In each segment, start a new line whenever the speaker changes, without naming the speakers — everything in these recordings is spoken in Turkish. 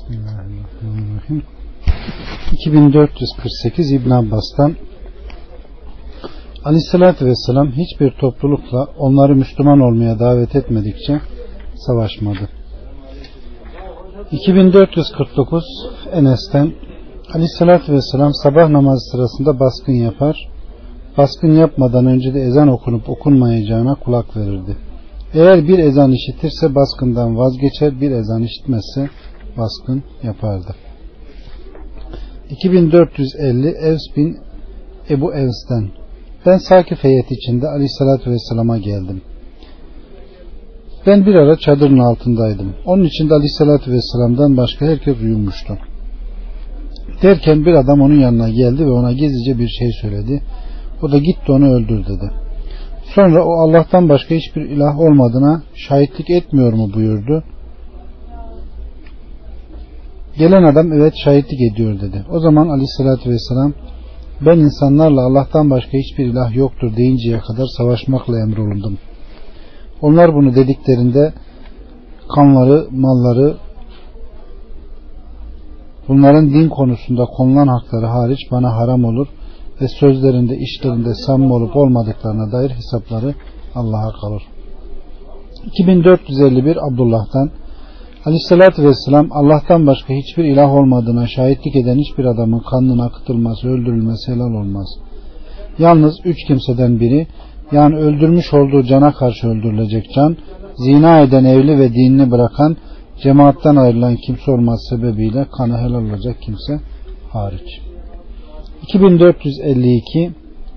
Bismillahirrahmanirrahim. 2448 İbn Abbas'tan Aleyhisselatü Vesselam hiçbir toplulukla onları Müslüman olmaya davet etmedikçe savaşmadı. 2449 Enes'ten Aleyhisselatü Vesselam sabah namazı sırasında baskın yapar, baskın yapmadan önce de ezan okunup okunmayacağına kulak verirdi. Eğer bir ezan işitirse baskından vazgeçer, bir ezan işitmezse baskın yapardı. 2450 Evs bin Ebu Evs'ten ben Sakif heyeti içinde Aleyhisselatü Vesselam'a geldim. Ben bir ara çadırın altındaydım. Onun içinde Aleyhisselatü Vesselam'dan başka herkes uyumuştu. Derken bir adam onun yanına geldi ve ona gizlice bir şey söyledi. O da gitti onu öldür dedi. Sonra o Allah'tan başka hiçbir ilah olmadığına şahitlik etmiyor mu buyurdu. Gelen adam evet şahitlik ediyor dedi. O zaman Aleyhisselatü Vesselam ben insanlarla Allah'tan başka hiçbir ilah yoktur deyinceye kadar savaşmakla emrolundum. Onlar bunu dediklerinde kanları, malları, bunların din konusunda konulan hakları hariç bana haram olur ve sözlerinde, işlerinde samimi olup olmadıklarına dair hesapları Allah'a kalır. 2451 Abdullah'tan Aleyhisselatü Vesselam Allah'tan başka hiçbir ilah olmadığına şahitlik eden hiçbir adamın kanının akıtılması, öldürülmesi helal olmaz. Yalnız 3 kimseden biri, yani öldürmüş olduğu cana karşı öldürülecek can, zina eden evli ve dinini bırakan, cemaatten ayrılan kimse olması sebebiyle kanı helal olacak kimse hariç. 2452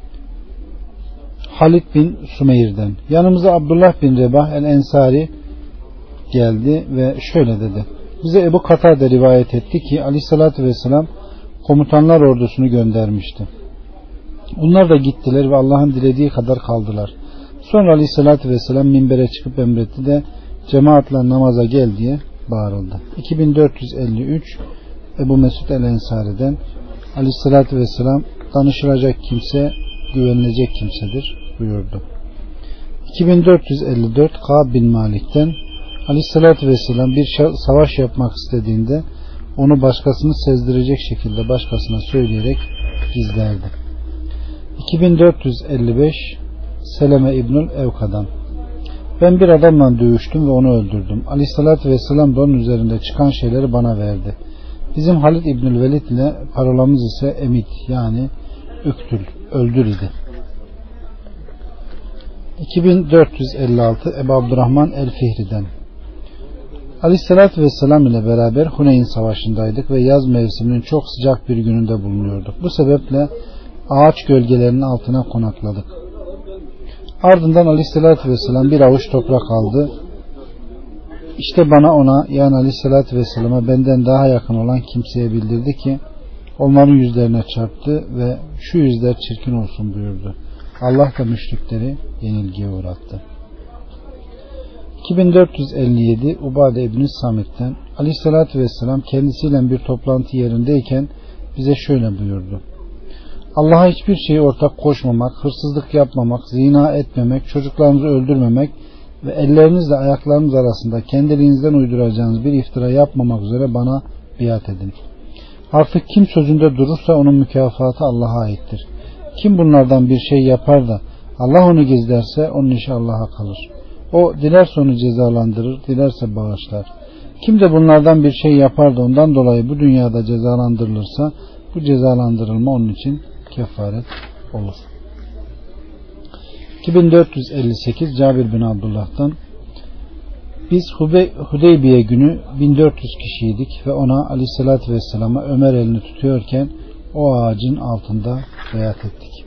Halid bin Sümeyr'den yanımıza Abdullah bin Rebah el-Ensari geldi ve şöyle dedi. Bize Ebu Katade rivayet etti ki Aleyhisselatü Vesselam komutanlar ordusunu göndermişti. Onlar da gittiler ve Allah'ın dilediği kadar kaldılar. Sonra Aleyhisselatü Vesselam minbere çıkıp emretti de cemaatle namaza gel diye bağırıldı. 2453 Ebu Mesud el-Ensari'den Aleyhisselatü Vesselam danışılacak kimse güvenilecek kimsedir buyurdu. 2454 Kâb bin Malik'ten Aleyhisselatü Vesselam bir savaş yapmak istediğinde onu başkasını sezdirecek şekilde başkasına söyleyerek gizlerdi. 2455 Seleme İbnül Evka'dan ben bir adamla dövüştüm ve onu öldürdüm. Aleyhisselatü Vesselam da onun üzerinde çıkan şeyleri bana verdi. Bizim Halid İbnül Velid ile parolamız ise emit, yani üktül, öldür idi. 2456 Ebu Abdurrahman el-Fihri'den Aleyhisselatü Vesselam ile beraber Huneyn Savaşı'ndaydık ve yaz mevsiminin çok sıcak bir gününde bulunuyorduk. Bu sebeple ağaç gölgelerinin altına konakladık. Ardından Aleyhisselatü Vesselam bir avuç toprak aldı. İşte bana ona, yani Aleyhisselatü Vesselam'a benden daha yakın olan kimseye bildirdi ki onların yüzlerine çarptı ve şu yüzler çirkin olsun buyurdu. Allah da müşrikleri yenilgiye uğrattı. 2457 Ubade İbn-i Samit'ten Aleyhisselatü Vesselam kendisiyle bir toplantı yerindeyken bize şöyle buyurdu. Allah'a hiçbir şeyi ortak koşmamak, hırsızlık yapmamak, zina etmemek, çocuklarınızı öldürmemek ve ellerinizle ayaklarınız arasında kendiliğinizden uyduracağınız bir iftira yapmamak üzere bana biat edin. Artık kim sözünde durursa onun mükafatı Allah'a aittir. Kim bunlardan bir şey yapar da Allah onu gizlerse onun işi Allah'a kalır. O dilerse onu cezalandırır, dilerse bağışlar. Kim de bunlardan bir şey yapar da ondan dolayı bu dünyada cezalandırılırsa bu cezalandırılma onun için kefaret olur. 2458 Cabir bin Abdullah'tan biz Hudeybiye günü 1400 kişiydik ve ona Aleyhisselatü Vesselam'a Ömer elini tutuyorken o ağacın altında beyat ettik.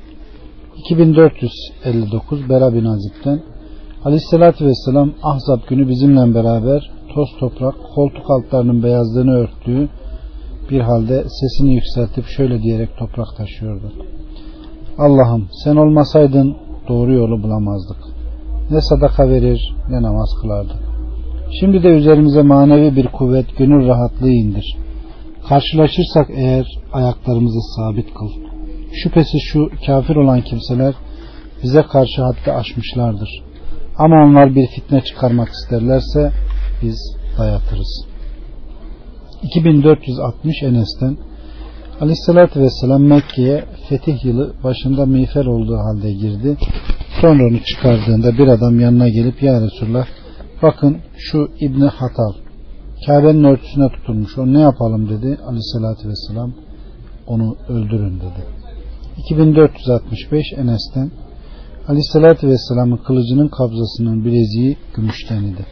2459 Bera bin Azib'den Aleyhisselatü Vesselam Ahzab günü bizimle beraber toz toprak koltuk altlarının beyazlığını örttüğü bir halde sesini yükseltip şöyle diyerek toprak taşıyordu. Allah'ım sen olmasaydın doğru yolu bulamazdık. Ne sadaka verir ne namaz kılardık. Şimdi de üzerimize manevi bir kuvvet, gönül rahatlığı indir. Karşılaşırsak eğer ayaklarımızı sabit kıl. Şüphesiz şu kafir olan kimseler bize karşı haddi aşmışlardır. Ama onlar bir fitne çıkarmak isterlerse biz dayatırız. 2460 Enes'ten Aleyhisselatü Vesselam Mekke'ye fetih yılı başında miğfer olduğu halde girdi. Sonra onu çıkardığında bir adam yanına gelip ya Resulullah, bakın şu İbni Hatal Kabe'nin örtüsüne tutulmuş, onu ne yapalım dedi. Aleyhisselatü Vesselam onu öldürün dedi. 2465 Enes'ten Aleyhisselatü Vesselam'ın kılıcının kabzasının bileziği gümüşten idi.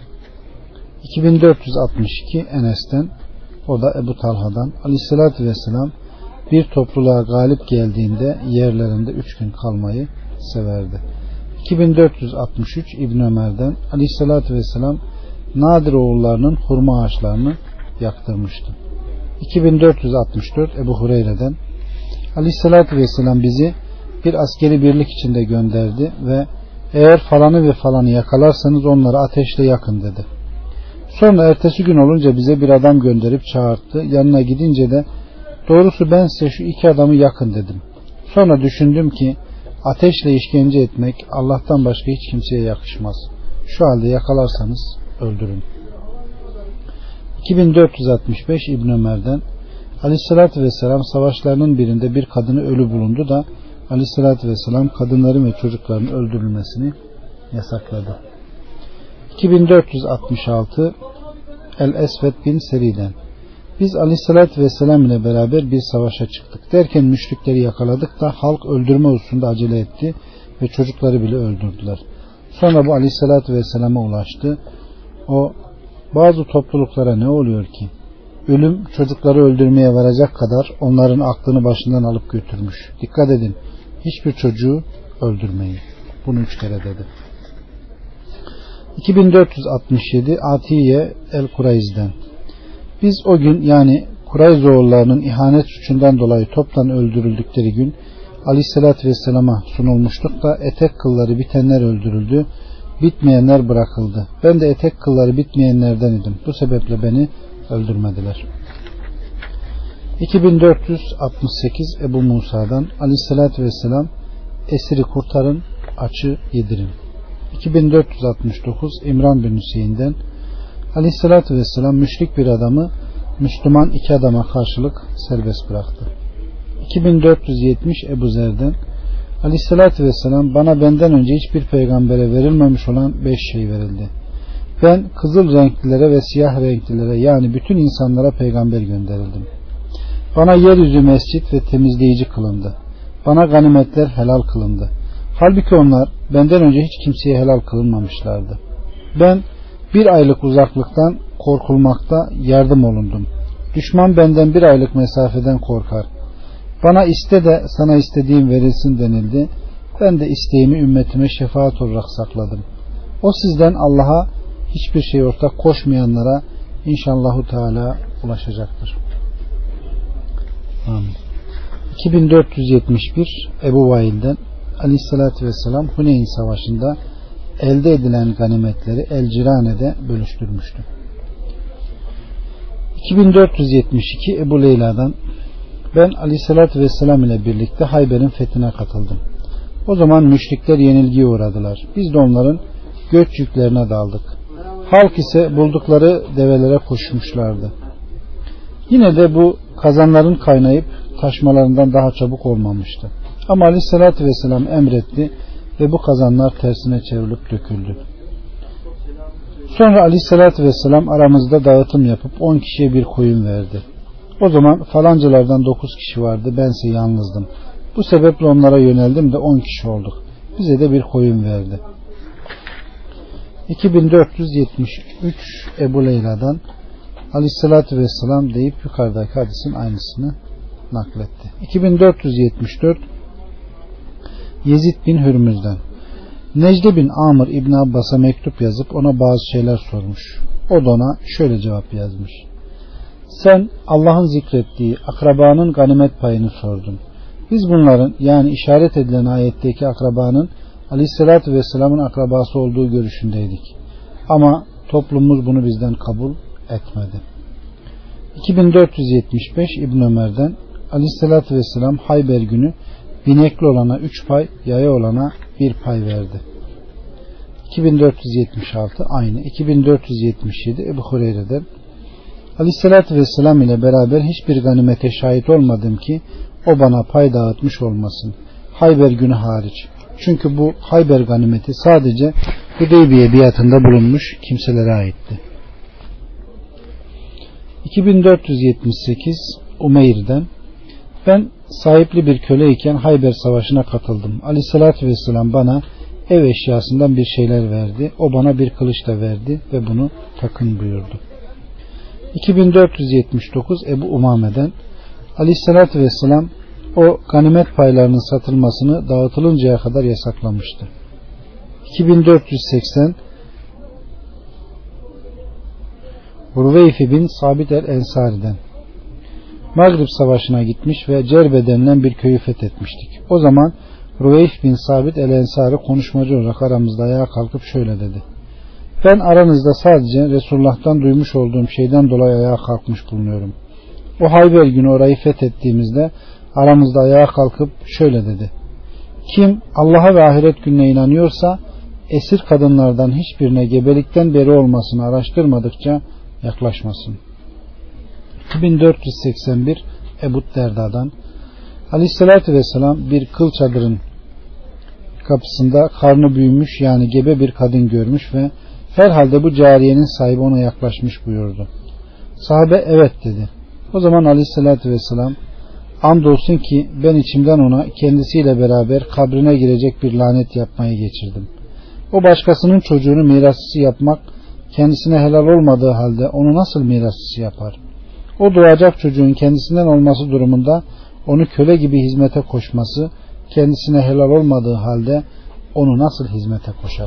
2462 Enes'ten, o da Ebu Talha'dan, Aleyhisselatü Vesselam bir topluluğa galip geldiğinde yerlerinde 3 gün kalmayı severdi. 2463 İbn Ömer'den, Aleyhisselatü Vesselam Nadir oğullarının hurma ağaçlarını yaktırmıştı. 2464 Ebu Hureyre'den, Aleyhisselatü Vesselam bizi bir askeri birlik içinde gönderdi ve eğer falanı ve falanı yakalarsanız onları ateşle yakın dedi. Sonra ertesi gün olunca bize bir adam gönderip çağırttı. Yanına gidince de doğrusu ben size şu 2 adamı yakın dedim. Sonra düşündüm ki ateşle işkence etmek Allah'tan başka hiç kimseye yakışmaz. Şu halde yakalarsanız öldürün. 2465 İbn Ömer'den, Aleyhisselatü Vesselam savaşlarının birinde bir kadını ölü bulundu da Aleyhisselatü Vesselam kadınların ve çocukların öldürülmesini yasakladı. 2466 El-Esved bin Seri'den, biz Aleyhisselatü Vesselam ile beraber bir savaşa çıktık. Derken müşrikleri yakaladık da halk öldürme hususunda acele etti ve çocukları bile öldürdüler. Sonra bu Aleyhisselatü Vesselam'a ulaştı. O, bazı topluluklara ne oluyor ki? Ölüm çocukları öldürmeye varacak kadar onların aklını başından alıp götürmüş. Dikkat edin, hiçbir çocuğu öldürmeyin. Bunu 3 kere dedi. 2467 Atiye El-Kurayz'den, biz o gün, yani Kurayzoğullarının ihanet suçundan dolayı toptan öldürüldükleri gün Aleyhisselatü Vesselam'a sunulmuştuk da etek kılları bitenler öldürüldü, bitmeyenler bırakıldı. Ben de etek kılları bitmeyenlerden idim. Bu sebeple beni öldürmediler. 2468 Ebu Musa'dan, Aleyhisselatü Vesselam esiri kurtarın, açı yedirin. 2469 İmran bin Hüseyin'den, Aleyhisselatü Vesselam müşrik bir adamı Müslüman 2 adama karşılık serbest bıraktı. 2470 Ebu Zer'den, Aleyhisselatü Vesselam bana benden önce hiçbir peygambere verilmemiş olan 5 şey verildi. Ben kızıl renklilere ve siyah renklilere, yani bütün insanlara peygamber gönderildim. Bana yeryüzü mescit ve temizleyici kılındı. Bana ganimetler helal kılındı. Halbuki onlar benden önce hiç kimseye helal kılınmamışlardı. Ben bir aylık uzaklıktan korkulmakta yardım olundum. Düşman benden bir aylık mesafeden korkar. Bana iste de sana istediğim verilsin denildi. Ben de isteğimi ümmetime şefaat olarak sakladım. O sizden Allah'a hiçbir şey ortak koşmayanlara inşallahü teala ulaşacaktır. Amin. 2471 Ebu Vail'den, Aleyhisselatü Vesselam Huneyn Savaşı'nda elde edilen ganimetleri El-Cirane'de bölüştürmüştü. 2472 Ebu Leyla'dan, ben Aleyhisselatü Vesselam ile birlikte Hayber'in fethine katıldım. O zaman müşrikler yenilgiye uğradılar. Biz de onların göç yüklerine daldık. Halk ise buldukları develere koşmuşlardı. Yine de bu kazanların kaynayıp taşmalarından daha çabuk olmamıştı. Ama Aleyhisselatü Vesselam emretti ve bu kazanlar tersine çevrilip döküldü. Sonra Aleyhisselatü Vesselam aramızda dağıtım yapıp 10 kişiye bir koyun verdi. O zaman falancalardan 9 kişi vardı, bense yalnızdım. Bu sebeple onlara yöneldim de 10 kişi olduk. Bize de bir koyun verdi. 2473 Ebu Leyla'dan, Aleyhisselatü Vesselam deyip yukarıdaki hadisin aynısını nakletti. 2474 Yezid bin Hürmüz'den, Necde bin Amr İbn Abbas'a mektup yazıp ona bazı şeyler sormuş. O da ona şöyle cevap yazmış: sen Allah'ın zikrettiği akrabanın ganimet payını sordun. Biz bunların, yani işaret edilen ayetteki akrabanın Aleyhisselatü Vesselam'ın akrabası olduğu görüşündeydik. Ama toplumumuz bunu bizden kabul etmedi. 2475 İbn Ömer'den, Aleyhisselatü Vesselam Hayber günü binekli olana 3 pay, yaya olana 1 pay verdi. 2476 aynı. 2477 Ebu Hureyre'den, Aleyhissalatü vesselam ile beraber hiçbir ganimete şahit olmadım ki o bana pay dağıtmış olmasın. Hayber günü hariç. Çünkü bu Hayber ganimeti sadece Hudeybiye biatında bulunmuş kimselere aitti. 2478 Umeyr'den: ben sahipli bir köleyken Hayber Savaşı'na katıldım. Aleyhissalatü vesselam bana ev eşyasından bir şeyler verdi. O bana bir kılıç da verdi ve bunu takın buyurdu. 2479 Ebu Umame'den: Aleyhissalatü vesselam o ganimet paylarının satılmasını dağıtılıncaya kadar yasaklamıştı. 2480 Ruveyfi bin Sabit el-Ensari'den: Magrib Savaşı'na gitmiş ve Cerbe denilen bir köyü fethetmiştik. O zaman Ruveyf bin Sabit el-Ensari konuşmacı olarak aramızda ayağa kalkıp şöyle dedi: ben aranızda sadece Resulullah'tan duymuş olduğum şeyden dolayı ayağa kalkmış bulunuyorum. O Hayber günü orayı fethettiğimizde aramızda ayağa kalkıp şöyle dedi: kim Allah'a ve ahiret gününe inanıyorsa esir kadınlardan hiçbirine gebelikten beri olmasını araştırmadıkça yaklaşmasın. 2481 Ebu Derda'dan: Aleyhissalatü vesselam bir kıl çadırın kapısında karnı büyümüş yani gebe bir kadın görmüş ve herhalde bu cariyenin sahibi ona yaklaşmış buyurdu. Sahabe evet dedi. O zaman Aleyhissalatü vesselam andolsun ki ben içimden ona kendisiyle beraber kabrine girecek bir lanet yapmayı geçirdim. O başkasının çocuğunu mirasçısı yapmak kendisine helal olmadığı halde onu nasıl mirasçısı yapar? O doğacak çocuğun kendisinden olması durumunda onu köle gibi hizmete koşması kendisine helal olmadığı halde onu nasıl hizmete koşar?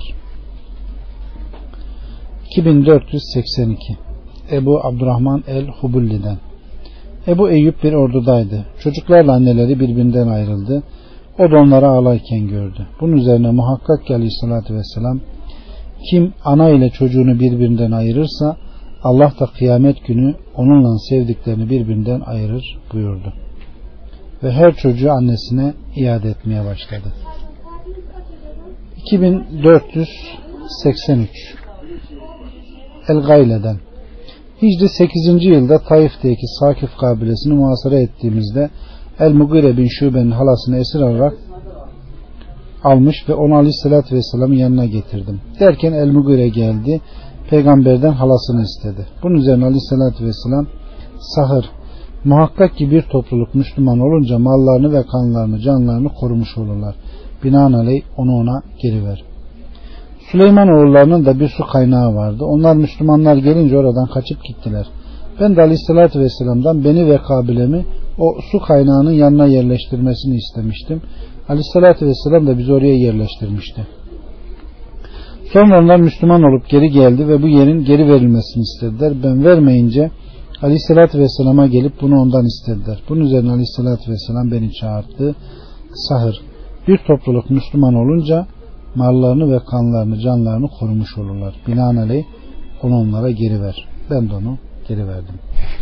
2482 Ebu Abdurrahman el-Hubulli'den: Ebu Eyyub bir ordudaydı. Çocuklarla anneleri birbirinden ayrıldı. O da onları ağlarken gördü. Bunun üzerine muhakkak ki Aleyhisselatü Vesselam kim ana ile çocuğunu birbirinden ayırırsa Allah da kıyamet günü onunla sevdiklerini birbirinden ayırır buyurdu. Ve her çocuğu annesine iade etmeye başladı. 2483 El-Gayle'den: Hicri 8. yılda Taif'teki Sakif kabilesini muhasara ettiğimizde El-Mugire bin Şube'nin halasını esir alarak almış ve onu Aleyhisselatü Vesselam'ın yanına getirdim. Derken El-Mugire geldi. Peygamberden halasını istedi. Bunun üzerine Aleyhisselatü Vesselam sahır, muhakkak ki bir topluluk Müslüman olunca mallarını ve kanlarını, canlarını korumuş olurlar. Binaenaleyh onu ona geri ver. Süleyman oğullarının da bir su kaynağı vardı. Onlar Müslümanlar gelince oradan kaçıp gittiler. Ben de Aleyhisselatü Vesselam'dan beni ve kabilemi o su kaynağının yanına yerleştirmesini istemiştim. Aleyhisselatü Vesselam da bizi oraya yerleştirmişti. Sonra onlar Müslüman olup geri geldi ve bu yerin geri verilmesini istediler. Ben vermeyince Aleyhisselatü Vesselam'a gelip bunu ondan istediler. Bunun üzerine Aleyhisselatü Vesselam beni çağırdı. Sahır, bir topluluk Müslüman olunca mallarını ve kanlarını, canlarını korumuş olurlar. Binaenaleyh onu onlara geri ver. Ben de onu geri verdim.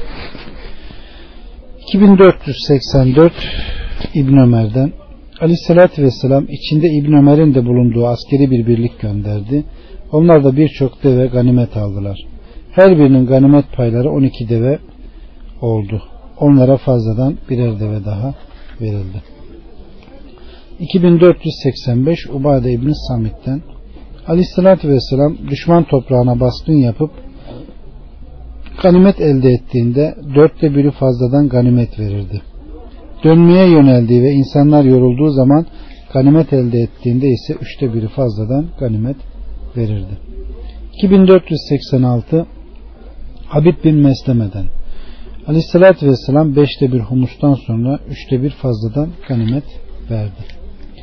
2484 İbn Ömer'den: Aleyhisselatü Vesselam içinde İbn Ömer'in de bulunduğu askeri bir birlik gönderdi. Onlar da birçok deve ganimet aldılar. Her birinin ganimet payları 12 deve oldu. Onlara fazladan birer deve daha verildi. 2485 Ubade İbn Samit'ten: Aleyhisselatü Vesselam düşman toprağına baskın yapıp ganimet elde ettiğinde 1/4 fazladan ganimet verirdi. Dönmeye yöneldiği ve insanlar yorulduğu zaman ganimet elde ettiğinde ise 3/1 fazladan ganimet verirdi. 2486 Habib bin Mesleme'den: Aleyhisselatü Vesselam 1/5 humustan sonra 3/1 fazladan ganimet verdi.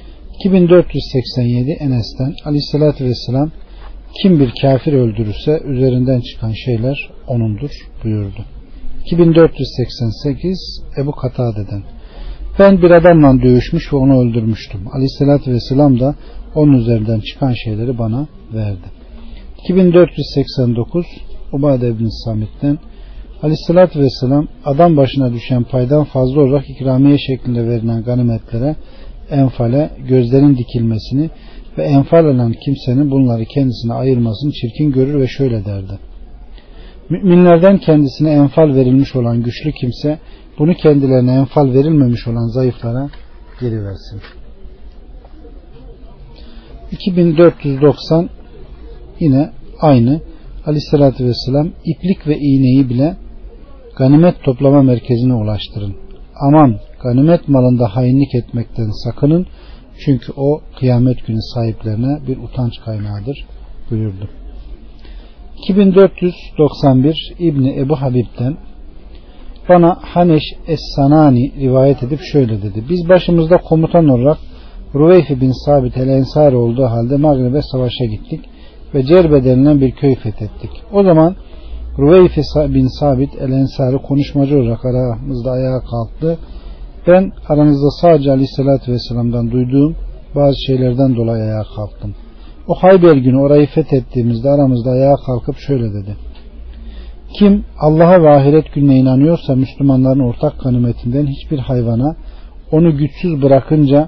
2487 Enes'ten: Aleyhisselatü Vesselam kim bir kafir öldürürse üzerinden çıkan şeyler onundur buyurdu. 2488 Ebu Katade'den: ben bir adamla dövüşmüş ve onu öldürmüştüm. Aleyhisselatü Vesselam da onun üzerinden çıkan şeyleri bana verdi. 2489 Ubade ibn Samit'ten: Aleyhisselatü Vesselam adam başına düşen paydan fazla olarak ikramiye şeklinde verilen ganimetlere, enfale, gözlerin dikilmesini ve enfal olan kimsenin bunları kendisine ayırmasını çirkin görür ve şöyle derdi: Müminlerden kendisine enfal verilmiş olan güçlü kimse bunu kendilerine enfal verilmemiş olan zayıflara geri versin. 2490 yine aynı. Aleyhissalatü vesselam iplik ve iğneyi bile ganimet toplama merkezine ulaştırın. Aman ganimet malında hainlik etmekten sakının. Çünkü o kıyamet günü sahiplerine bir utanç kaynağıdır buyurdu. 2491 İbni Ebu Habib'den bana Haneş Es-Sanani rivayet edip şöyle dedi. Biz başımızda komutan olarak Ruveyf bin Sabit el-Ensari olduğu halde Magreb'e savaşa gittik ve Cerbe denilen bir köy fethettik. O zaman Ruveyf bin Sabit el-Ensari konuşmacı olarak aramızda ayağa kalktı. Ben aranızda sadece Aleyhisselatü Vesselam'dan duyduğum bazı şeylerden dolayı ayağa kalktım. O Hayber günü orayı fethettiğimizde aramızda ayağa kalkıp şöyle dedi. Kim Allah'a ve ahiret gününe inanıyorsa Müslümanların ortak ganimetinden hiçbir hayvana onu güçsüz bırakınca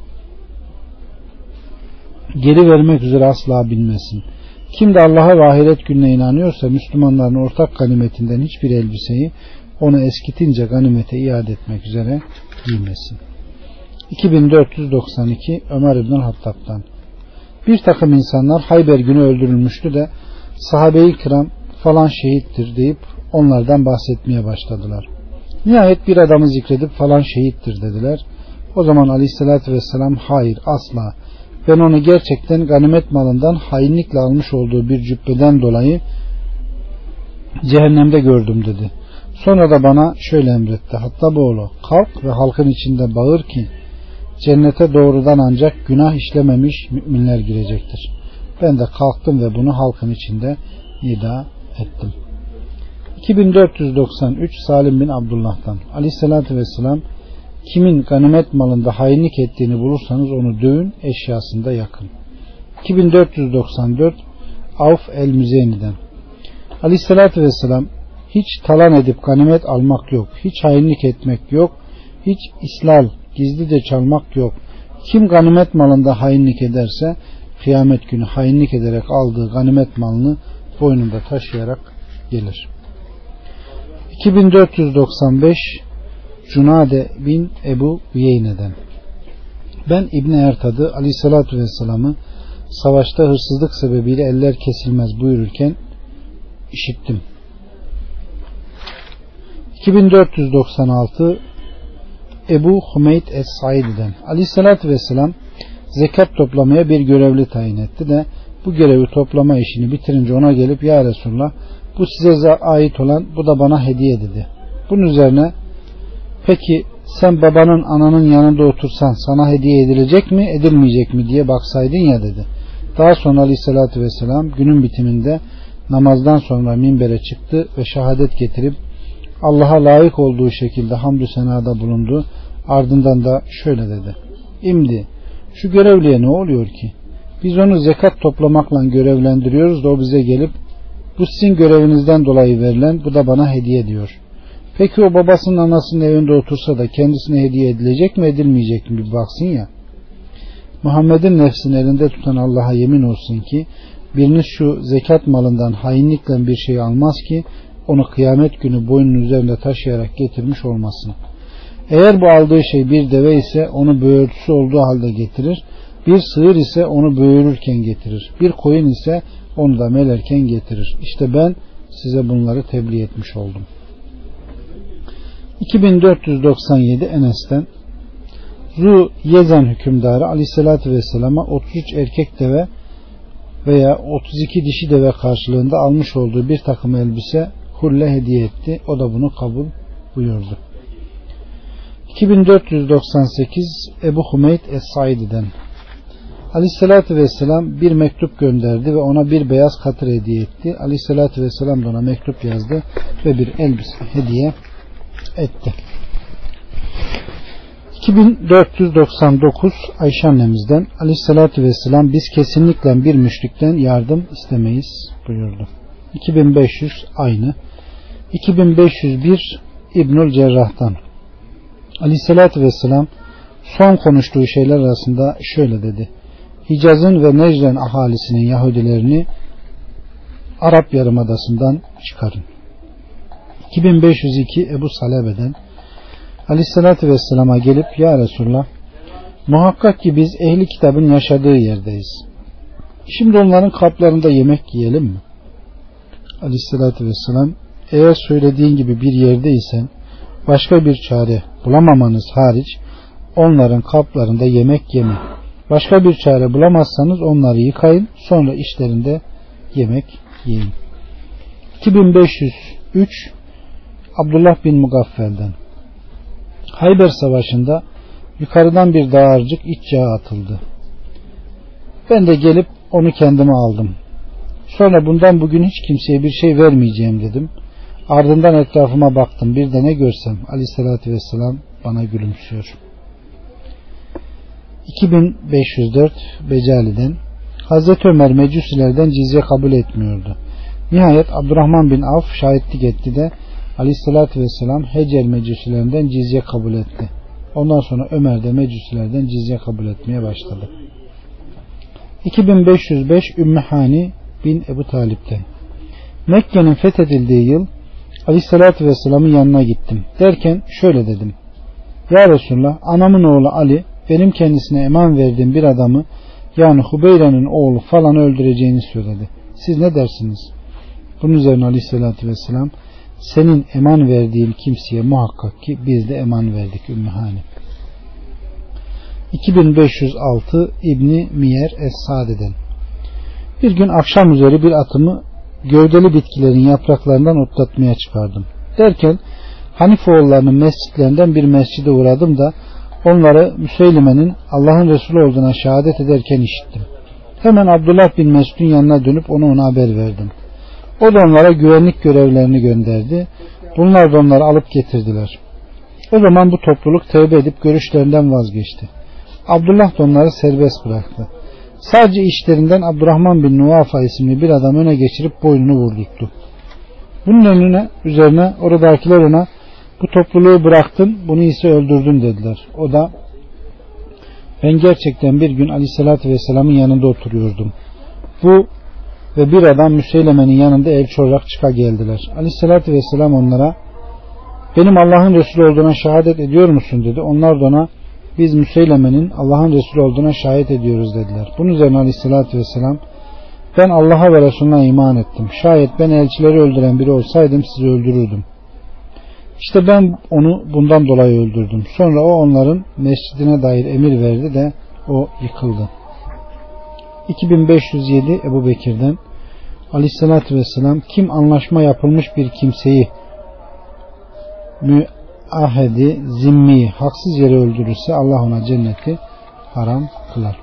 geri vermek üzere asla binmesin. Kim de Allah'a ve ahiret gününe inanıyorsa Müslümanların ortak ganimetinden hiçbir elbiseyi onu eskitince ganimete iade etmek üzere giymesin. 2492 Ömer İbn Hattab'dan bir takım insanlar Hayber günü öldürülmüştü de sahabe-i kiram falan şehittir deyip onlardan bahsetmeye başladılar. Nihayet bir adamı zikredip falan şehittir dediler. O zaman Aleyhisselatü Vesselam hayır asla, ben onu gerçekten ganimet malından hainlikle almış olduğu bir cübbeden dolayı cehennemde gördüm dedi. Sonra da bana şöyle emretti. Hattaboğlu kalk ve halkın içinde bağır ki cennete doğrudan ancak günah işlememiş müminler girecektir. Ben de kalktım ve bunu halkın içinde nida ettim. 2493 Salim bin Abdullah'tan Aleyhisselatü Vesselam kimin ganimet malında hainlik ettiğini bulursanız onu dövün, eşyasında yakın. 2494 Avf el-Müzeyni'den Aleyhisselatü Vesselam hiç talan edip ganimet almak yok, hiç hainlik etmek yok, hiç islal, gizlice çalmak yok. Kim ganimet malında hainlik ederse kıyamet günü hainlik ederek aldığı ganimet malını boynunda taşıyarak gelir. 2495 Cunade bin Ebu Üyeyne'den ben İbni Ertad'ı Aleyhisselatü Vesselam'ı savaşta hırsızlık sebebiyle eller kesilmez buyururken işittim. 2496 Ebu Hümeyd Es-Saidi'den Aleyhisselatü Vesselam zekat toplamaya bir görevli tayin etti de bu görevi toplama işini bitirince ona gelip ya Resulullah bu size ait olan, bu da bana hediye dedi. Bunun üzerine peki sen babanın ananın yanında otursan sana hediye edilecek mi edilmeyecek mi diye baksaydın ya dedi. Daha sonra Aleyhisselatü Vesselam günün bitiminde namazdan sonra minbere çıktı ve şehadet getirip Allah'a layık olduğu şekilde hamdü senada bulundu. Ardından da şöyle dedi. İmdi şu görevliye ne oluyor ki? Biz onu zekat toplamakla görevlendiriyoruz da o bize gelip bu sizin görevinizden dolayı verilen, bu da bana hediye diyor. Peki o babasının anasının evinde otursa da kendisine hediye edilecek mi edilmeyecek mi bir baksın ya. Muhammed'in nefsini elinde tutan Allah'a yemin olsun ki biriniz şu zekat malından hainlikle bir şey almaz ki onu kıyamet günü boynunun üzerinde taşıyarak getirmiş olmasın. Eğer bu aldığı şey bir deve ise onu böğürtüsü olduğu halde getirir. Bir sığır ise onu böğürürken getirir. Bir koyun ise onu da melerken getirir. İşte ben size bunları tebliğ etmiş oldum. 2497 Enes'ten Zu Yezen hükümdarı Aleyhisselatü Vesselam'a 33 erkek deve veya 32 dişi deve karşılığında almış olduğu bir takım elbise hulle hediye etti. O da bunu kabul buyurdu. 2498 Ebu Hümeyd Es-Saidi'den Aleyhisselatü Vesselam bir mektup gönderdi ve ona bir beyaz katır hediye etti. Aleyhisselatü Vesselam da ona mektup yazdı ve bir elbise hediye etti. 2499 Ayşe annemizden Aleyhisselatü Vesselam biz kesinlikle bir müşrikten yardım istemeyiz buyurdu. 2500 aynı. 2501 İbnül Cerrah'tan Aleyhisselatü Vesselam son konuştuğu şeyler arasında şöyle dedi. Hicaz'ın ve Necden ahalisinin Yahudilerini Arap Yarımadası'ndan çıkarın. 2502 Ebu Salebe'den Aleyhisselatü Vesselam'a gelip ya Resulullah, muhakkak ki biz ehli kitabın yaşadığı yerdeyiz. Şimdi onların kaplarında yemek yiyelim mi? Aleyhisselatü Vesselam, eğer söylediğin gibi bir yerdeysen başka bir çare bulamamanız hariç onların kaplarında yemek yemeyin. Başka bir çare bulamazsanız onları yıkayın, sonra işlerinde yemek yiyin. 2503 Abdullah bin Mugaffel'den Hayber Savaşı'nda yukarıdan bir dağarcık iç yağa atıldı. Ben de gelip onu kendime aldım. Sonra bundan bugün hiç kimseye bir şey vermeyeceğim dedim. Ardından etrafıma baktım. Bir de ne görsem Aleyhisselatü Vesselam bana gülümsüyor. 2504 Becali'den Hazreti Ömer Mecusilerden cizye kabul etmiyordu. Nihayet Abdurrahman bin Avf şahitlik etti de Aleyhisselatü Vesselam Hecel Mecusilerinden cizye kabul etti. Ondan sonra Ömer de Mecusilerden cizye kabul etmeye başladı. 2505 Ümmü Hani bin Ebu Talip'ten Mekke'nin fethedildiği yıl Aleyhisselatü Vesselam'ın yanına gittim. Derken şöyle dedim. Ya Resulullah, anamın oğlu Ali benim kendisine eman verdiğim bir adamı, yani Hubeyre'nin oğlu falan öldüreceğini söyledi. Siz ne dersiniz? Bunun üzerine Aleyhisselatü Vesselam, senin eman verdiğin kimseye muhakkak ki biz de eman verdik Ümmü Hani. 2506 İbni Miyer Es-Sade'den bir gün akşam üzeri bir atımı gövdeli bitkilerin yapraklarından otlatmaya çıkardım. Derken Hanifoğullarının mescitlerinden bir mescide uğradım da onları Müseylime'nin Allah'ın Resulü olduğuna şehadet ederken işittim. Hemen Abdullah bin Mesud'un yanına dönüp ona haber verdim. O da onlara güvenlik görevlerini gönderdi. Bunlar da onları alıp getirdiler. O zaman bu topluluk tevbe edip görüşlerinden vazgeçti. Abdullah da onları serbest bıraktı. Sadece işlerinden Abdurrahman bin Nuvafa isimli bir adam öne geçirip boynunu vurdurttu. Bunun üzerine oradakiler ona, bu topluluğu bıraktın, bunu ise öldürdün dediler. O da, ben gerçekten bir gün Aleyhisselatü Vesselam'ın yanında oturuyordum. Bu ve bir adam Müseyleme'nin yanında elçi olarak çıka geldiler. Aleyhisselatü Vesselam onlara, benim Allah'ın Resulü olduğuna şehadet ediyor musun dedi. Onlar da ona, biz Müseyleme'nin Allah'ın Resulü olduğuna şahit ediyoruz dediler. Bunun üzerine Aleyhisselatü Vesselam, ben Allah'a ve Resulüne iman ettim. Şayet ben elçileri öldüren biri olsaydım sizi öldürürdüm. İşte ben onu bundan dolayı öldürdüm. Sonra o onların mescidine dair emir verdi de o yıkıldı. 2507 Ebu Bekir'den Aleyhisselatü Vesselam, kim anlaşma yapılmış bir kimseyi müahedi, zimmiyi haksız yere öldürürse Allah ona cenneti haram kılar.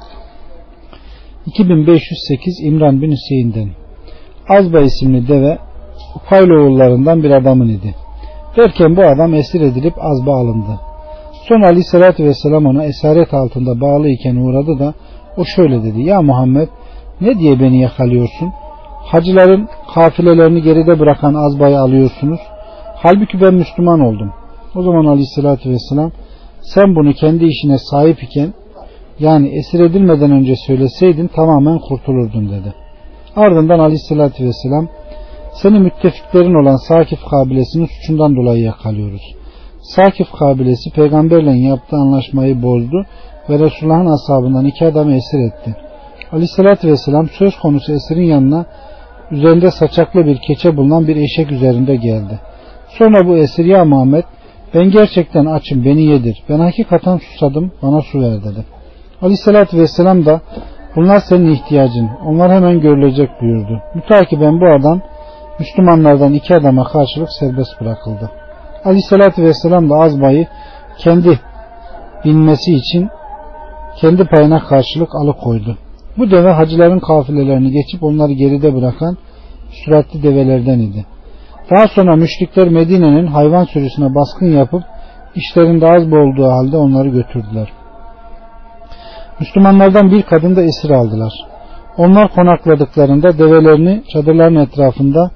2508 İmran bin Hüseyin'den Azba isimli deve Upayloğullarından bir adamın idi. Derken bu adam esir edilip Azba alındı. Sonra Aleyhisselatü Vesselam ona esaret altında bağlı iken uğradı da o şöyle dedi. Ya Muhammed, ne diye beni yakalıyorsun? Hacıların kafilelerini geride bırakan Azba'yı alıyorsunuz. Halbuki ben Müslüman oldum. O zaman Aleyhisselatü Vesselam, sen bunu kendi işine sahip iken, yani esir edilmeden önce söyleseydin tamamen kurtulurdun dedi. Ardından Aleyhisselatü Vesselam, seni müttefiklerin olan Sakif kabilesinin suçundan dolayı yakalıyoruz. Sakif kabilesi peygamberle yaptığı anlaşmayı bozdu ve Resulullah'ın ashabından 2 adamı esir etti. Aleyhisselatü Vesselam söz konusu esirin yanına üzerinde saçaklı bir keçe bulunan bir eşek üzerinde geldi. Sonra bu esir, ya Muhammed, ben gerçekten açım, beni yedir. Ben hakikaten susadım, bana su ver dedi. Aleyhisselatü Vesselam da bunlar senin ihtiyacın, onlar hemen görülecek buyurdu. Mütakiben bu adam Müslümanlardan 2 adama karşılık serbest bırakıldı. Aleyhisselatü Vesselam da Azba'yı kendi binmesi için kendi payına karşılık alıkoydu. Bu deve hacıların kafilelerini geçip onları geride bırakan süratli develerden idi. Daha sonra müşrikler Medine'nin hayvan sürüsüne baskın yapıp işlerinde Azba olduğu halde onları götürdüler. Müslümanlardan bir kadın da esir aldılar. Onlar konakladıklarında develerini çadırların etrafında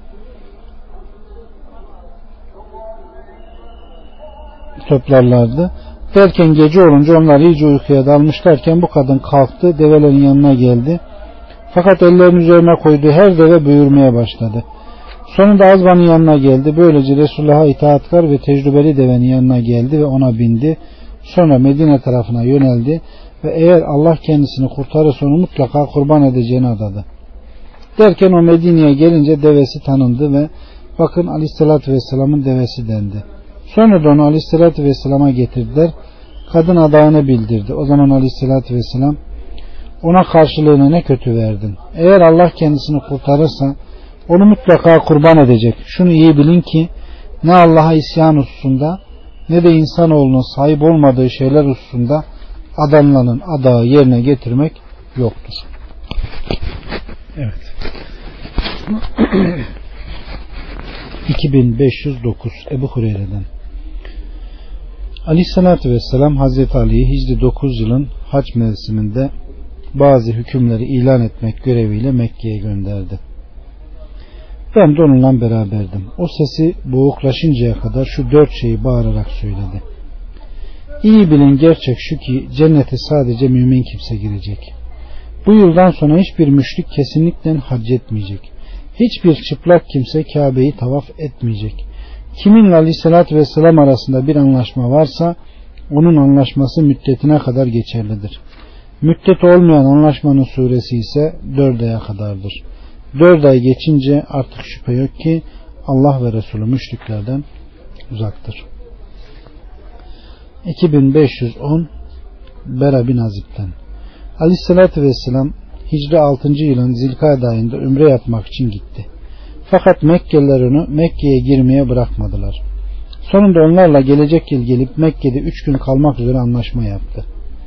toplarlardı. Derken gece olunca onlar iyice uykuya dalmışlarken bu kadın kalktı, develerin yanına geldi. Fakat ellerini üzerine koyduğu her deve buyurmaya başladı. Sonunda Azba'nın yanına geldi. Böylece Resulullah'a itaatkar ve tecrübeli devenin yanına geldi ve ona bindi. Sonra Medine tarafına yöneldi ve eğer Allah kendisini kurtarırsa onu mutlaka kurban edeceğini adadı. Derken o Medine'ye gelince devesi tanındı ve bakın Aleyhisselatü Vesselam'ın devesi dendi. Sonra da onu Aleyhisselatü Vesselam'a getirdiler. Kadın adağını bildirdi. O zaman Aleyhisselatü Vesselam ona karşılığını ne kötü verdin. Eğer Allah kendisini kurtarırsa onu mutlaka kurban edecek. Şunu iyi bilin ki ne Allah'a isyan hususunda ne de insanoğlunun sahip olmadığı şeyler hususunda adamların adağı yerine getirmek yoktur. Evet. 2509 Ebu Hureyre'den Aleyhisselatü Vesselam Hazreti Ali'yi Hicri 9 yılın hac mevsiminde bazı hükümleri ilan etmek göreviyle Mekke'ye gönderdi. Ben de onunla beraberdim. O sesi boğuklaşıncaya kadar şu 4 şeyi bağırarak söyledi. İyi bilin gerçek şu ki cennete sadece mümin kimse girecek. Bu yıldan sonra hiçbir müşrik kesinlikle hac etmeyecek. Hiçbir çıplak kimse Kabe'yi tavaf etmeyecek. Kiminle Aleyhisselatü Vesselam arasında bir anlaşma varsa onun anlaşması müddetine kadar geçerlidir. Müddet olmayan anlaşmanın süresi ise 4 aya kadardır. 4 ay geçince artık şüphe yok ki Allah ve Resulü müşriklerden uzaktır. 2510 Bera bin Azib'den Aleyhisselatü Vesselam Hicri 6. yılın Zilkade ayında ümre yapmak için gitti. Fakat Mekkeliler onu Mekke'ye girmeye bırakmadılar. Sonunda onlarla gelecek yıl gelip Mekke'de 3 gün kalmak üzere anlaşma yaptı.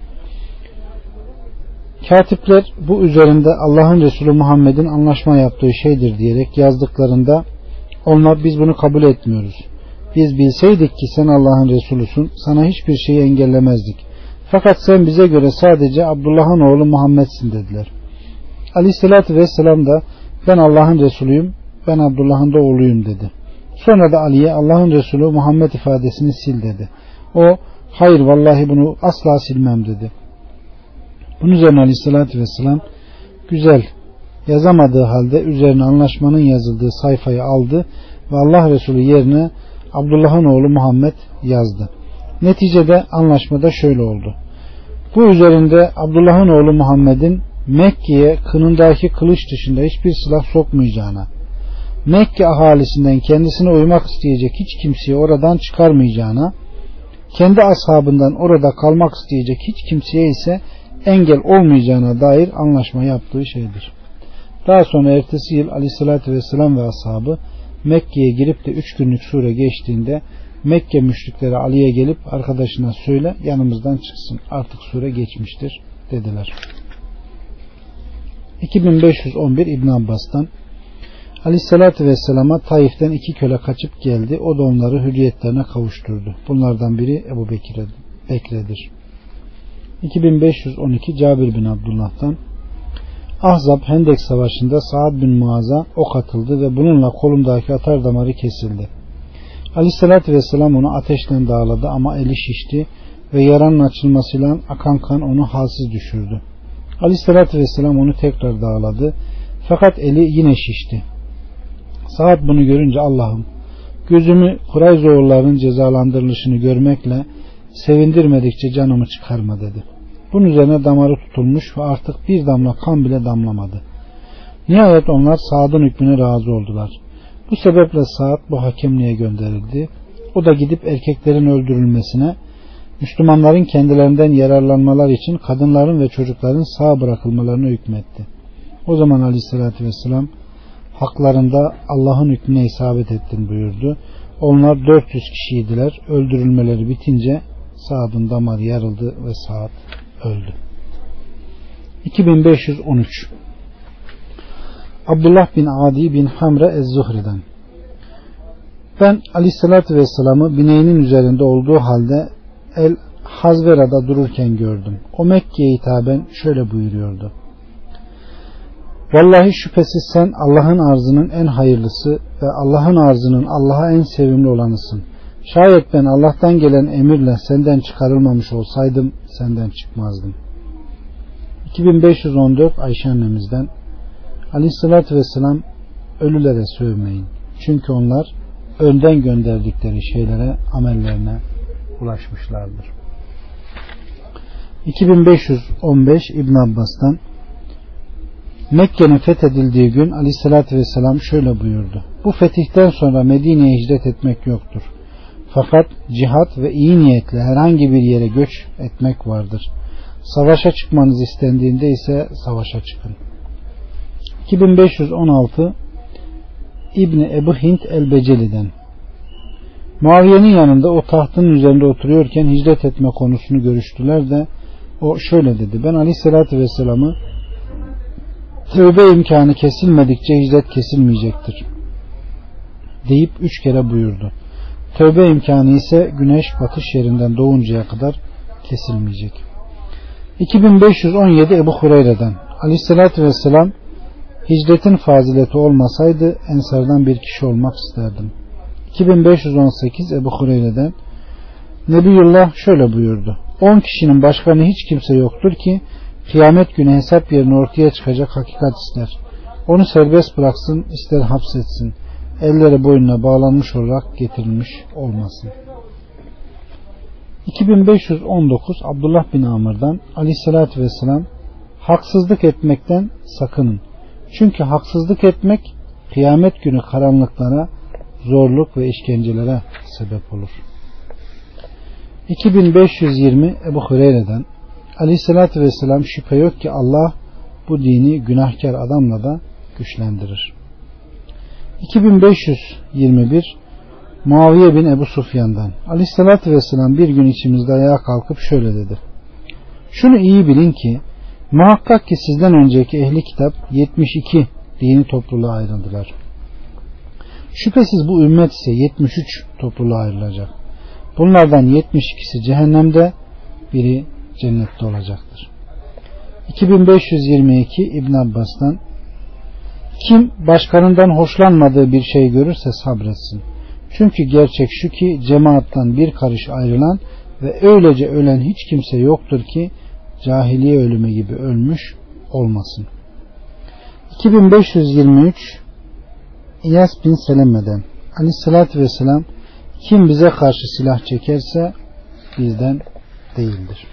Katipler bu üzerinde Allah'ın Resulü Muhammed'in anlaşma yaptığı şeydir diyerek yazdıklarında onlar biz bunu kabul etmiyoruz. Biz bilseydik ki sen Allah'ın Resulüsün sana hiçbir şeyi engellemezdik. Fakat sen bize göre sadece Abdullah'ın oğlu Muhammed'sin dediler. Aleyhisselatü Vesselam da ben Allah'ın Resulüyüm, ben Abdullah'ın da oğluyum dedi. Sonra da Ali'ye Allah'ın Resulü Muhammed ifadesini sil dedi. O hayır vallahi bunu asla silmem dedi. Bunun üzerine Aleyhisselatü Vesselam güzel yazamadığı halde üzerine anlaşmanın yazıldığı sayfayı aldı ve Allah Resulü yerine Abdullah'ın oğlu Muhammed yazdı. Neticede anlaşmada şöyle oldu. Bu üzerinde Abdullah'ın oğlu Muhammed'in Mekke'ye kınındaki kılıç dışında hiçbir silah sokmayacağına, Mekke ahalisinden kendisine uymak isteyecek hiç kimseyi oradan çıkarmayacağına, kendi ashabından orada kalmak isteyecek hiç kimseye ise engel olmayacağına dair anlaşma yaptığı şeydir. Daha sonra ertesi yıl Aleyhisselatü Vesselam ve ashabı Mekke'ye girip de 3 günlük süre geçtiğinde Mekke müşrikleri Ali'ye gelip arkadaşına söyle yanımızdan çıksın artık süre geçmiştir dediler. 2511 İbn Abbas'tan Aleyhisselatü Vesselam'a Taif'ten 2 köle kaçıp geldi. O da onları hürriyetlerine kavuşturdu. Bunlardan biri Ebu Bekir'dir. 2512 Cabir bin Abdullah'tan Ahzab Hendek Savaşı'nda Sa'd bin Muaz'a ok atıldı ve bununla kolumdaki atar damarı kesildi. Aleyhisselatü Vesselam onu ateşten dağladı ama eli şişti ve yaranın açılmasıyla akan kan onu halsiz düşürdü. Aleyhisselatü Vesselam onu tekrar dağladı fakat eli yine şişti. Sa'd bunu görünce Allah'ım gözümü Kurayzoğulların cezalandırılışını görmekle sevindirmedikçe canımı çıkarma dedi. Bunun üzerine damarı tutulmuş ve artık bir damla kan bile damlamadı. Nihayet onlar Sa'd'ın hükmüne razı oldular. Bu sebeple Sa'd bu hakemliğe gönderildi. O da gidip erkeklerin öldürülmesine, Müslümanların kendilerinden yararlanmalar için kadınların ve çocukların sağ bırakılmalarına hükmetti. O zaman Aleyhisselatü Vesselam haklarında Allah'ın hükmüne isabet ettin buyurdu. Onlar 400 kişiydiler. Öldürülmeleri bitince Sa'd'ın damarı yarıldı ve Sa'd öldü. 2513 Abdullah bin Adi bin Hamre Ez-Zuhri'den ben Aleyhisselatü Vesselam'ı bineğinin üzerinde olduğu halde El Hazvera'da dururken gördüm. O Mekke'ye hitaben şöyle buyuruyordu. Vallahi şüphesiz sen Allah'ın arzının en hayırlısı ve Allah'ın arzının Allah'a en sevimli olanısın. Şayet ben Allah'tan gelen emirle senden çıkarılmamış olsaydım senden çıkmazdım. 2514 Ayşe annemizden Aleyhissalatü vesselam ölülere sövmeyin. Çünkü onlar önden gönderdikleri şeylere, amellerine ulaşmışlardır. 2515 İbn Abbas'tan, Mekke'nin fethedildiği gün Aleyhissalatü vesselam şöyle buyurdu: bu fetihten sonra Medine'ye hicret etmek yoktur. Fakat cihat ve iyi niyetle herhangi bir yere göç etmek vardır. Savaşa çıkmanız istendiğinde ise savaşa çıkın. 2516 İbni Ebu Hint el-Beceli'den, Muaviye'nin yanında o tahtın üzerinde oturuyorken hicret etme konusunu görüştüler de o şöyle dedi: ben Aleyhisselatü Vesselam'ı tövbe imkanı kesilmedikçe hicret kesilmeyecektir deyip 3 kere buyurdu. Tövbe imkanı ise güneş batış yerinden doğuncaya kadar kesilmeyecek. 2517 Ebu Hureyre'den, Aleyhisselatü Vesselam hicretin fazileti olmasaydı ensardan bir kişi olmak isterdim. 2518 Ebu Hureyre'den, Nebiyullah şöyle buyurdu: 10 kişinin başkanı hiç kimse yoktur ki kıyamet günü hesap yerine ortaya çıkacak hakikat ister. Onu serbest bıraksın, ister hapsetsin. Elleri boynuna bağlanmış olarak getirilmiş olmasın. 2519 Abdullah bin Amr'dan, Aleyhisselatü Vesselam, haksızlık etmekten sakının. Çünkü haksızlık etmek kıyamet günü karanlıklara, zorluk ve işkencelere sebep olur. 2520 Ebu Hureyre'den, Aleyhisselatü Vesselam, şüphe yok ki Allah bu dini günahkar adamla da güçlendirir. 2521 Muaviye bin Ebu Sufyan'dan, Aleyhisselatü Vesselam bir gün içimizde ayağa kalkıp şöyle dedi: şunu iyi bilin ki muhakkak ki sizden önceki ehli kitap 72 dini topluluğa ayrıldılar. Şüphesiz bu ümmet ise 73 topluluğa ayrılacak. Bunlardan 72'si cehennemde, biri cennette olacaktır. 2522 İbn Abbas'tan, kim başkanından hoşlanmadığı bir şey görürse sabretsin. Çünkü gerçek şu ki cemaattan bir karış ayrılan ve öylece ölen hiç kimse yoktur ki cahiliye ölümü gibi ölmüş olmasın. 2523 İyas bin Seleme'den, Aleyhisselatü Vesselam, kim bize karşı silah çekerse bizden değildir.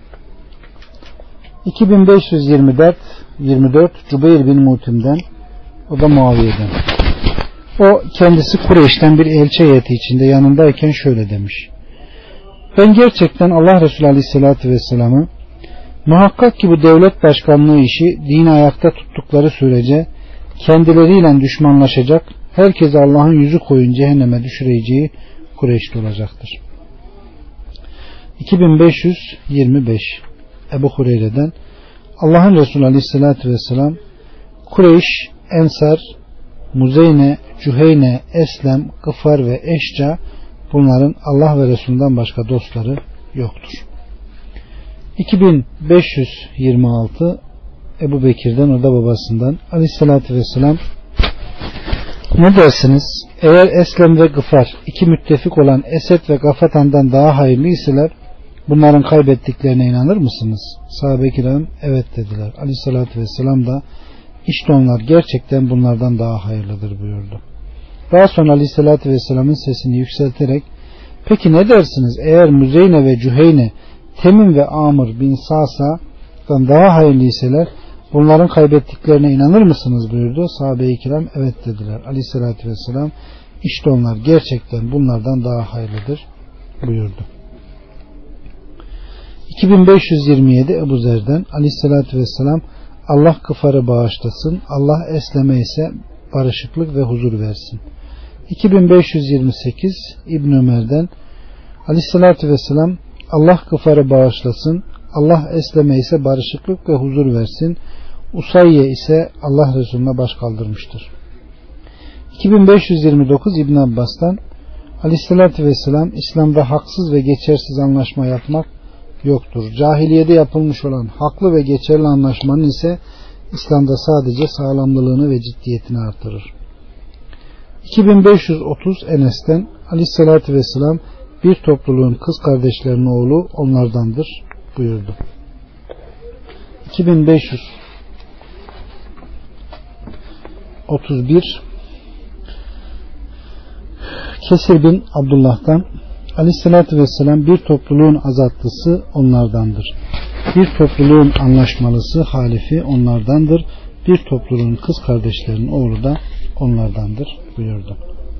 2524 Cübeyr bin Mutim'den, o da Muaviye'den. O kendisi Kureyş'ten bir elçi heyeti içinde yanındayken şöyle demiş: ben gerçekten Allah Resulü Aleyhisselatü Vesselam'ı muhakkak ki bu devlet başkanlığı işi dini ayakta tuttukları sürece kendileriyle düşmanlaşacak, herkese Allah'ın yüzü koyun cehenneme düşüreceği Kureyş'te olacaktır. 2525 Ebu Hureyre'den, Allah'ın Resulü Aleyhisselatü Vesselam, Kureyş, Ensar, Muzeyne, Cüheyne, Eslem, Gıfar ve Eşca, bunların Allah ve Resulünden başka dostları yoktur. 2526 Ebu Bekir'den, o da babasından, Aleyhisselatü Vesselam, ne dersiniz? Eğer Eslem ve Gıfar iki müttefik olan Esed ve Gafatan'dan daha hayırlı iseler bunların kaybettiklerine inanır mısınız? Sahabe-i kiram evet dediler. Aleyhisselatü Vesselam da işte onlar gerçekten bunlardan daha hayırlıdır buyurdu. Daha sonra Aleyhisselatü Vesselam'ın sesini yükselterek, peki ne dersiniz eğer Müzeyne ve Cüheyne Temim ve Amr bin Sasa'dan daha hayırlı iseler bunların kaybettiklerine inanır mısınız buyurdu. Sahabe-i kiram evet dediler. Aleyhisselatü Vesselam işte onlar gerçekten bunlardan daha hayırlıdır buyurdu. 2527 Ebu Zer'den, Aleyhisselatü Vesselam, Allah Gıfar'ı bağışlasın, Allah Eslem'e ise barışıklık ve huzur versin. 2528 İbn Ömer'den, Aleyhisselatü Vesselam, Allah Gıfar'ı bağışlasın, Allah Eslem'e ise barışıklık ve huzur versin. Usayye ise Allah Resulüne baş kaldırmıştır. 2529 İbn Abbas'tan, Aleyhisselatü Vesselam, İslam'da haksız ve geçersiz anlaşma yapmak yoktur. Cahiliyede yapılmış olan haklı ve geçerli anlaşmanın ise İslam'da sadece sağlamlılığını ve ciddiyetini artırır. 2530 Enes'ten, Aleyhisselatü Vesselam, bir topluluğun kız kardeşlerinin oğlu onlardandır buyurdu. 2500 31 Kesir bin Abdullah'tan Aleyhisselatü Vesselam bir topluluğun azatlısı onlardandır. Bir topluluğun anlaşmalısı halifi onlardandır. Bir topluluğun kız kardeşlerinin oğlu da onlardandır buyurdu.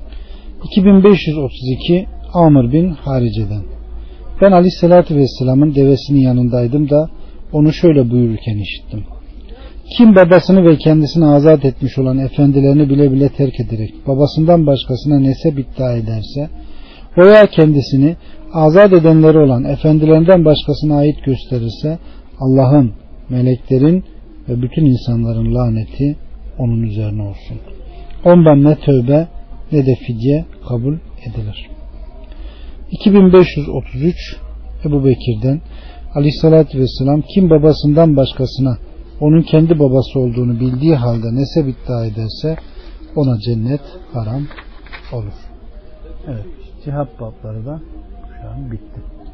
2532 Amr bin Harice'den ben Aleyhisselatü Vesselam'ın devesinin yanındaydım da onu şöyle buyururken işittim. Kim babasını ve kendisini azat etmiş olan efendilerini bile bile terk ederek babasından başkasına nesep iddia ederse veya kendisini azat edenleri olan efendilerinden başkasına ait gösterirse Allah'ın, meleklerin ve bütün insanların laneti onun üzerine olsun. Ondan ne tövbe ne de fidye kabul edilir. 2533 Ebu Bekir'den Aleyhisselatü Vesselam kim babasından başkasına onun kendi babası olduğunu bildiği halde nesep iddia ederse ona cennet haram olur. Evet, cihad babları da şu an bitti.